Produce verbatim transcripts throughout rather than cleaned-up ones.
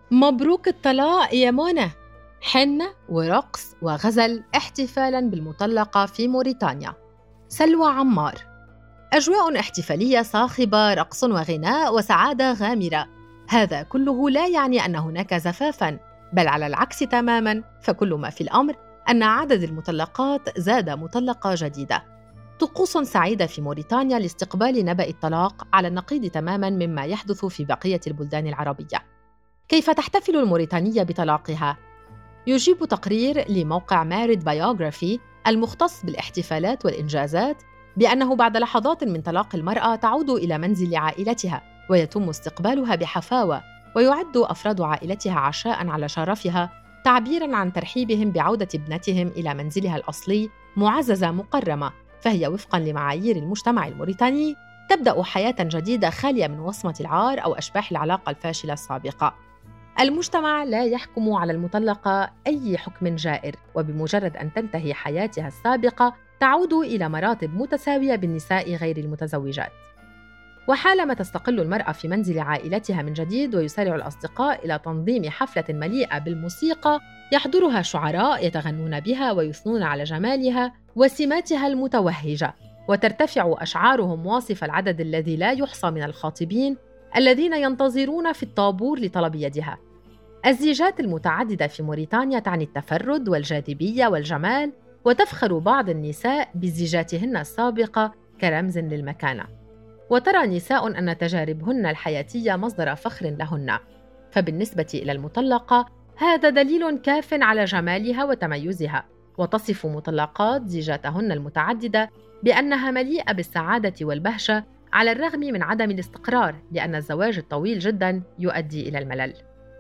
مبروك الطلاق يا منى. حنة ورقص وغزل احتفالاً بالمطلقة في موريتانيا. سلوى عمار. أجواء احتفالية صاخبة، رقص وغناء وسعادة غامرة. هذا كله لا يعني أن هناك زفافاً، بل على العكس تماماً، فكل ما في الأمر أن عدد المطلقات زاد مطلقة جديدة. طقوس سعيدة في موريتانيا لاستقبال نبأ الطلاق على النقيض تماماً مما يحدث في بقية البلدان العربية. كيف تحتفل الموريتانية بطلاقها؟ يجيب تقرير لموقع مارد بايوغرافي المختص بالاحتفالات والإنجازات بأنه بعد لحظات من طلاق المرأة تعود إلى منزل عائلتها ويتم استقبالها بحفاوة، ويعد أفراد عائلتها عشاء على شرفها تعبيراً عن ترحيبهم بعودة ابنتهم إلى منزلها الأصلي معززة مكرمة. فهي وفقاً لمعايير المجتمع الموريتاني تبدأ حياة جديدة خالية من وصمة العار أو أشباح العلاقة الفاشلة السابقة. المجتمع لا يحكم على المطلقة أي حكم جائر، وبمجرد أن تنتهي حياتها السابقة تعود إلى مراتب متساوية بالنساء غير المتزوجات. وحالما تستقل المرأة في منزل عائلتها من جديد ويسارع الأصدقاء إلى تنظيم حفلة مليئة بالموسيقى يحضرها شعراء يتغنون بها ويثنون على جمالها وسماتها المتوهجة، وترتفع أشعارهم واصف العدد الذي لا يحصى من الخاطبين الذين ينتظرون في الطابور لطلب يدها. الزيجات المتعددة في موريتانيا تعني التفرد والجاذبية والجمال، وتفخر بعض النساء بزيجاتهن السابقة كرمز للمكانة، وترى نساء أن تجاربهن الحياتية مصدر فخر لهن. فبالنسبة إلى المطلقة هذا دليل كاف على جمالها وتميزها، وتصف مطلقات زيجاتهن المتعددة بأنها مليئة بالسعادة والبهجة على الرغم من عدم الاستقرار، لأن الزواج الطويل جداً يؤدي إلى الملل.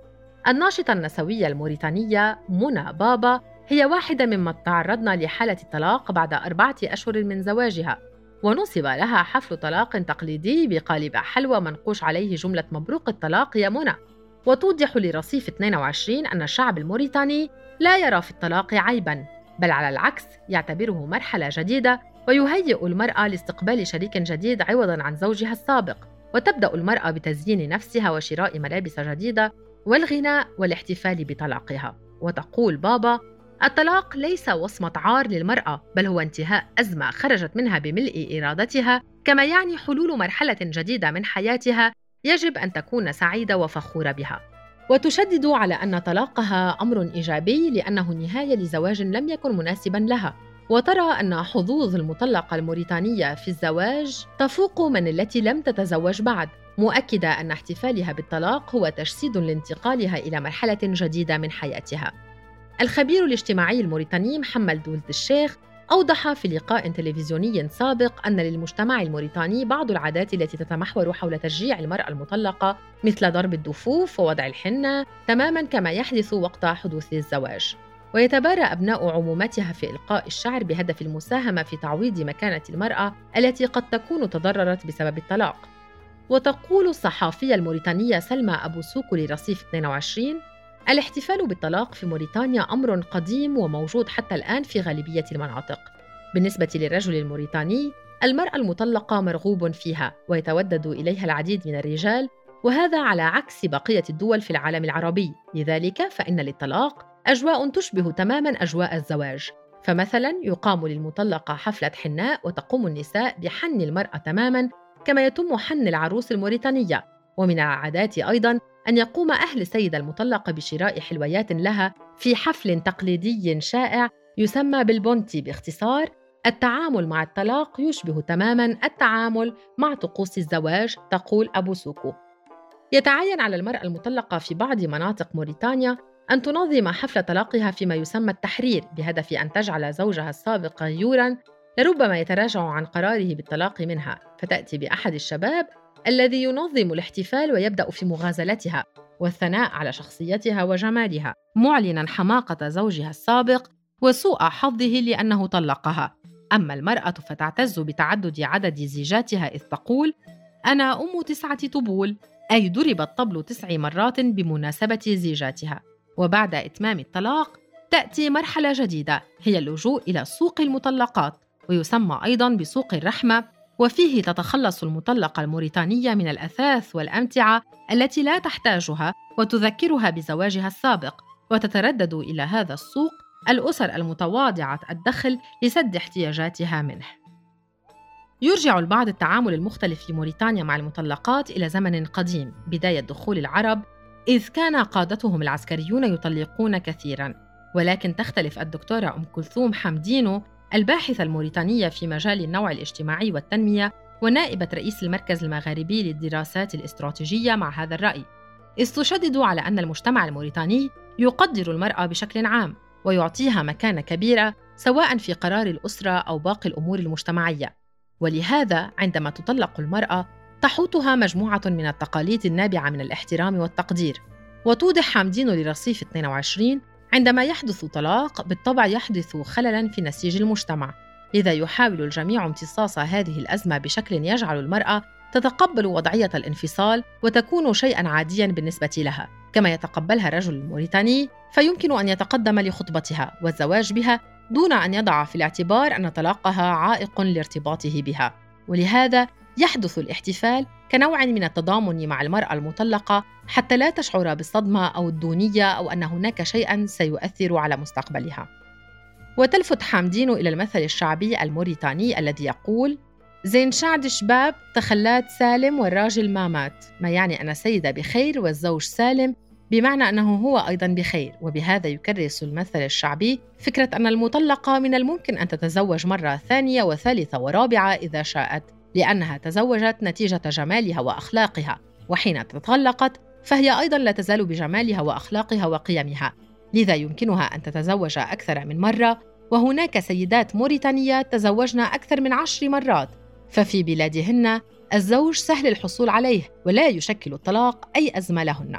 الناشطة النسوية الموريتانية منى بابا هي واحدة ممن تعرضن لحالة الطلاق بعد أربعة أشهر من زواجها، ونصب لها حفل طلاق تقليدي بقالب حلوى منقوش عليه جملة مبروك الطلاق يا منى. وتوضح لرصيف اثنين وعشرين أن الشعب الموريتاني لا يرى في الطلاق عيباً، بل على العكس يعتبره مرحلة جديدة ويهيئ المرأة لاستقبال شريك جديد عوضاً عن زوجها السابق. وتبدأ المرأة بتزيين نفسها وشراء ملابس جديدة والغناء والاحتفال بطلاقها. وتقول بابا: الطلاق ليس وصمة عار للمرأة، بل هو انتهاء أزمة خرجت منها بملء إرادتها، كما يعني حلول مرحلة جديدة من حياتها يجب أن تكون سعيدة وفخورة بها. وتشدد على أن طلاقها أمر إيجابي لأنه نهاية لزواج لم يكن مناسباً لها، وترى أن حظوظ المطلقة الموريتانية في الزواج تفوق من التي لم تتزوج بعد، مؤكدة أن احتفالها بالطلاق هو تجسيد لانتقالها إلى مرحلة جديدة من حياتها. الخبير الاجتماعي الموريتاني محمد ولد الشيخ أوضح في لقاء تلفزيوني سابق أن للمجتمع الموريتاني بعض العادات التي تتمحور حول تشجيع المرأة المطلقة، مثل ضرب الدفوف ووضع الحنة، تماماً كما يحدث وقت حدوث الزواج. ويتبارى أبناء عمومتها في إلقاء الشعر بهدف المساهمة في تعويض مكانة المرأة التي قد تكون تضررت بسبب الطلاق. وتقول الصحافية الموريتانية سلمى أبو سوكو لرصيف اثنين وعشرين: الاحتفال بالطلاق في موريتانيا أمر قديم وموجود حتى الآن في غالبية المناطق. بالنسبة للرجل الموريتاني المرأة المطلقة مرغوب فيها ويتودد إليها العديد من الرجال، وهذا على عكس بقية الدول في العالم العربي. لذلك فإن للطلاق أجواء تشبه تماماً أجواء الزواج. فمثلاً يقام للمطلقة حفلة حناء وتقوم النساء بحن المرأة تماماً كما يتم حن العروس الموريتانية. ومن العادات أيضاً أن يقوم أهل السيدة المطلقة بشراء حلويات لها في حفل تقليدي شائع يسمى بالبونتي باختصار. التعامل مع الطلاق يشبه تماماً التعامل مع طقوس الزواج، تقول أبو سوكو. يتعين على المرأة المطلقة في بعض مناطق موريتانيا أن تنظم حفل طلاقها فيما يسمى التحرير، بهدف أن تجعل زوجها السابق غيوراً لربما يتراجع عن قراره بالطلاق منها، فتأتي بأحد الشباب الذي ينظم الاحتفال ويبدأ في مغازلتها والثناء على شخصيتها وجمالها، معلناً حماقة زوجها السابق وسوء حظه لأنه طلقها. أما المرأة فتعتز بتعدد عدد زيجاتها، إذ تقول: أنا أم تسعة طبول، أي ضرب الطبل تسع مرات بمناسبة زيجاتها. وبعد إتمام الطلاق تأتي مرحلة جديدة هي اللجوء إلى سوق المطلقات، ويسمى أيضاً بسوق الرحمة، وفيه تتخلص المطلقة الموريتانية من الأثاث والأمتعة التي لا تحتاجها وتذكرها بزواجها السابق، وتتردد إلى هذا السوق الأسر المتواضعة الدخل لسد احتياجاتها منه. يرجع البعض التعامل المختلف في موريتانيا مع المطلقات إلى زمن قديم، بداية دخول العرب، إذ كان قادتهم العسكريون يطلقون كثيراً. ولكن تختلف الدكتورة أم كلثوم حمدينو، الباحثة الموريتانية في مجال النوع الاجتماعي والتنمية ونائبة رئيس المركز المغاربي للدراسات الاستراتيجية، مع هذا الرأي، إذ تشدد على أن المجتمع الموريتاني يقدر المرأة بشكل عام ويعطيها مكانة كبيرة سواء في قرار الأسرة أو باقي الأمور المجتمعية، ولهذا عندما تطلق المرأة تحوطها مجموعة من التقاليد النابعة من الاحترام والتقدير. وتوضح حمدينو لرصيف اثنين وعشرين: عندما يحدث طلاق بالطبع يحدث خللاً في نسيج المجتمع، لذا يحاول الجميع امتصاص هذه الأزمة بشكل يجعل المرأة تتقبل وضعية الانفصال وتكون شيئاً عادياً بالنسبة لها، كما يتقبلها الرجل الموريتاني، فيمكن أن يتقدم لخطبتها والزواج بها دون أن يضع في الاعتبار أن طلاقها عائق لارتباطه بها. ولهذا يحدث الاحتفال كنوع من التضامن مع المرأة المطلقة حتى لا تشعر بالصدمة أو الدونية أو أن هناك شيئاً سيؤثر على مستقبلها. وتلفت حمدينو إلى المثل الشعبي الموريتاني الذي يقول: زين شعد شباب تخلات سالم والراجل ما مات، ما يعني أن السيدة بخير والزوج سالم، بمعنى أنه هو أيضاً بخير. وبهذا يكرس المثل الشعبي فكرة أن المطلقة من الممكن أن تتزوج مرة ثانية وثالثة ورابعة إذا شاءت، لأنها تزوجت نتيجة جمالها وأخلاقها، وحين تطلقت فهي أيضاً لا تزال بجمالها وأخلاقها وقيمها، لذا يمكنها أن تتزوج أكثر من مرة. وهناك سيدات موريتانيات تزوجن أكثر من عشر مرات، ففي بلادهن الزوج سهل الحصول عليه ولا يشكل الطلاق أي أزمة لهن.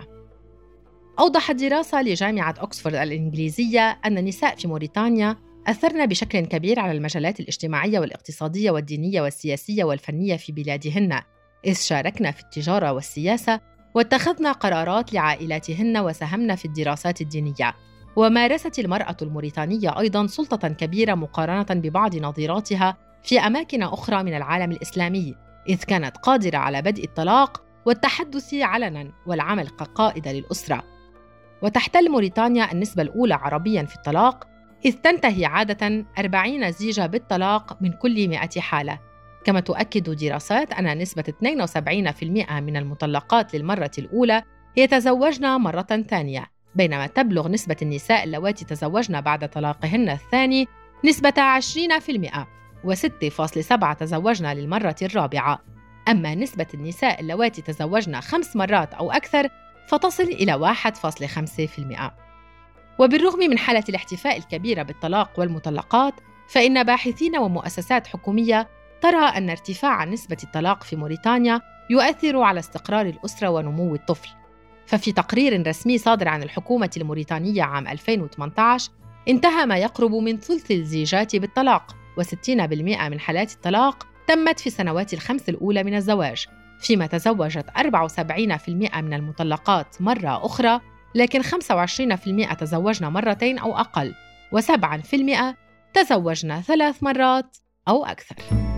أوضحت دراسة لجامعة أكسفورد الإنجليزية أن النساء في موريتانيا أثرن بشكل كبير على المجالات الاجتماعية والاقتصادية والدينية والسياسية والفنية في بلادهن، إذ شاركن في التجارة والسياسة واتخذن قرارات لعائلاتهن وساهمن في الدراسات الدينية. ومارست المرأة الموريتانية أيضاً سلطة كبيرة مقارنة ببعض نظيراتها في أماكن أخرى من العالم الإسلامي، إذ كانت قادرة على بدء الطلاق والتحدث علناً والعمل كقائدة للأسرة. وتحتل موريتانيا النسبة الأولى عربياً في الطلاق، إذ تنتهي عادة أربعين زيجة بالطلاق من كل مئة حالة. كما تؤكد دراسات أن نسبة اثنين وسبعين بالمئة من المطلقات للمرة الأولى يتزوجن مرة ثانية، بينما تبلغ نسبة النساء اللواتي تزوجن بعد طلاقهن الثاني نسبة عشرين بالمئة، وستة فاصلة سبعة تزوجن للمرة الرابعة. أما نسبة النساء اللواتي تزوجن خمس مرات أو أكثر فتصل إلى واحد فاصلة خمسة بالمئة. وبالرغم من حالة الاحتفاء الكبيرة بالطلاق والمطلقات، فإن باحثين ومؤسسات حكومية ترى أن ارتفاع نسبة الطلاق في موريتانيا يؤثر على استقرار الأسرة ونمو الطفل. ففي تقرير رسمي صادر عن الحكومة الموريتانية عام ألفين وثمانية عشر، انتهى ما يقرب من ثلث الزيجات بالطلاق، وستين بالمئة من حالات الطلاق تمت في السنوات الخمس الأولى من الزواج، فيما تزوجت أربعة وسبعين بالمئة من المطلقات مرة أخرى، لكن خمسة وعشرين بالمئة تزوجن مرتين أو أقل، وسبعة بالمئة تزوجن ثلاث مرات أو أكثر.